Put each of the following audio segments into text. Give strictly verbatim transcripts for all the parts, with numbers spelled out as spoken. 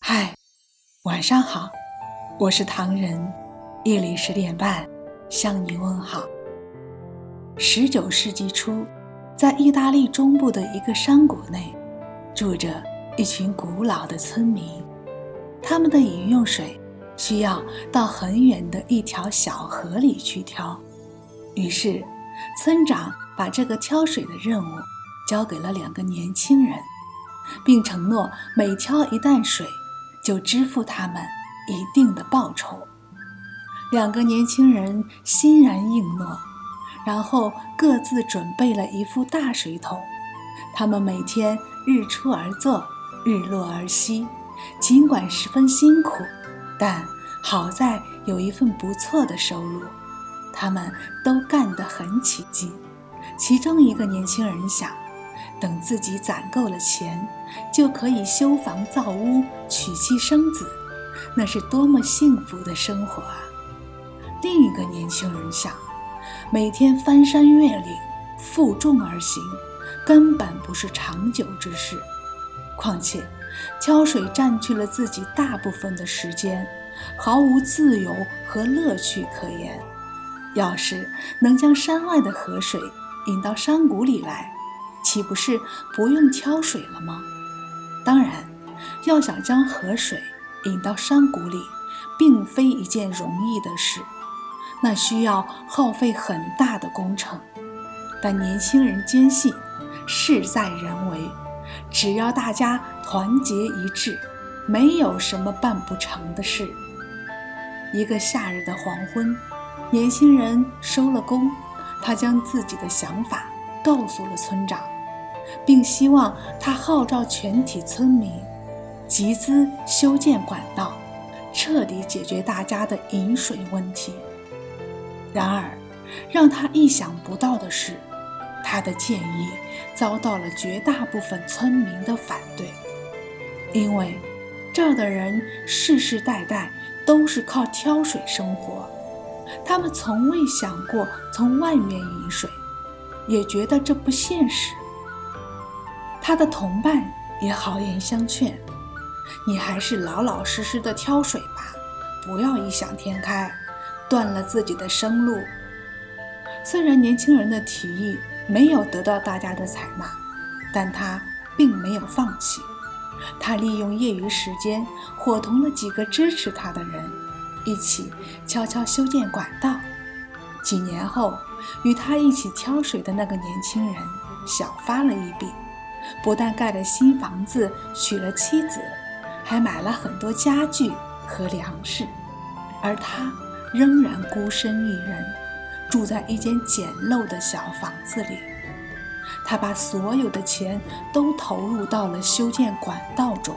嗨，晚上好，我是唐人，夜里十点半向你问好。十九世纪初，在意大利中部的一个山谷内，住着一群古老的村民，他们的饮用水需要到很远的一条小河里去挑。于是，村长把这个挑水的任务交给了两个年轻人，并承诺每挑一担水就支付他们一定的报酬。两个年轻人欣然应诺，然后各自准备了一副大水桶。他们每天日出而作，日落而息，尽管十分辛苦，但好在有一份不错的收入。他们都干得很起劲。其中一个年轻人想，等自己攒够了钱，就可以修房造屋，娶妻生子，那是多么幸福的生活啊！另一个年轻人想，每天翻山越岭，负重而行，根本不是长久之事。况且，挑水占据了自己大部分的时间，毫无自由和乐趣可言。要是能将山外的河水引到山谷里来，岂不是不用挑水了吗？当然，要想将河水引到山谷里，并非一件容易的事，那需要耗费很大的工程。但年轻人坚信，事在人为，只要大家团结一致，没有什么办不成的事。一个夏日的黄昏，年轻人收了工，他将自己的想法告诉了村长，并希望他号召全体村民集资修建管道，彻底解决大家的饮水问题。然而，让他意想不到的是，他的建议遭到了绝大部分村民的反对，因为这儿的人世世代代都是靠挑水生活，他们从未想过从外面饮水，也觉得这不现实。他的同伴也好言相劝，你还是老老实实的挑水吧，不要异想天开，断了自己的生路。虽然年轻人的提议没有得到大家的采纳，但他并没有放弃。他利用业余时间伙同了几个支持他的人，一起悄悄修建管道。几年后，与他一起挑水的那个年轻人小发了一笔，不但盖了新房子，娶了妻子，还买了很多家具和粮食，而他仍然孤身一人，住在一间简陋的小房子里。他把所有的钱都投入到了修建管道中。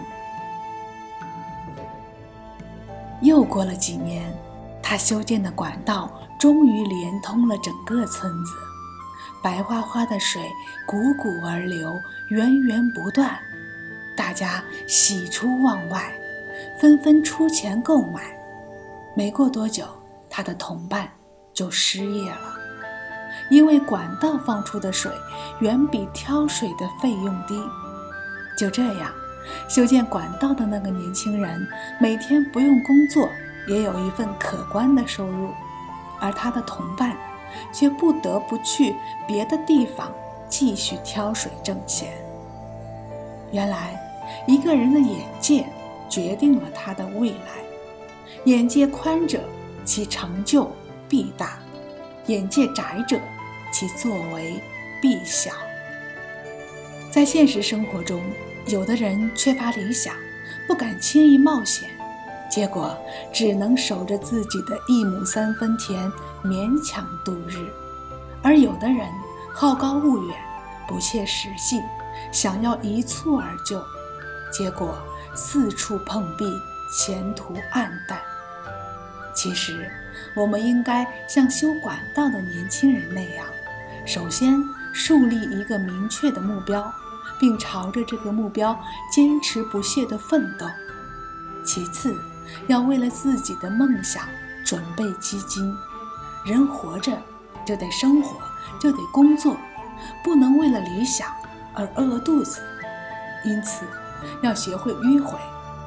又过了几年，他修建的管道终于连通了整个村子，白花花的水汩汩而流，源源不断。大家喜出望外，纷纷出钱购买。没过多久，他的同伴就失业了，因为管道放出的水远比挑水的费用低。就这样，修建管道的那个年轻人每天不用工作，也有一份可观的收入，而他的同伴却不得不去别的地方继续挑水挣钱。原来，一个人的眼界决定了他的未来。眼界宽者，其成就必大；眼界窄者，其作为必小。在现实生活中，有的人缺乏理想，不敢轻易冒险，结果只能守着自己的一亩三分田勉强度日；而有的人好高骛远，不切实际，想要一蹴而就，结果四处碰壁，前途黯淡。其实，我们应该像修管道的年轻人那样，首先树立一个明确的目标，并朝着这个目标坚持不懈地奋斗。其次，要为了自己的梦想准备基金。人活着就得生活，就得工作，不能为了理想而饿肚子。因此，要学会迂回。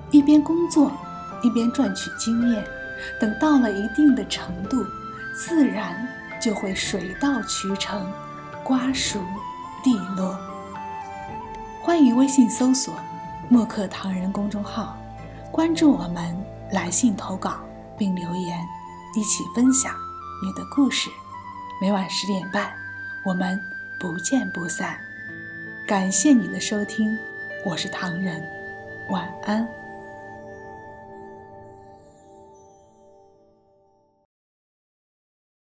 一边工作，一边赚取经验，等到了一定的程度，自然就会水到渠成，瓜熟蒂落。欢迎微信搜索墨客唐人公众号，关注我们，来信投稿并留言，一起分享你的故事。每晚十点半，我们不见不散。感谢你的收听，我是唐人，晚安。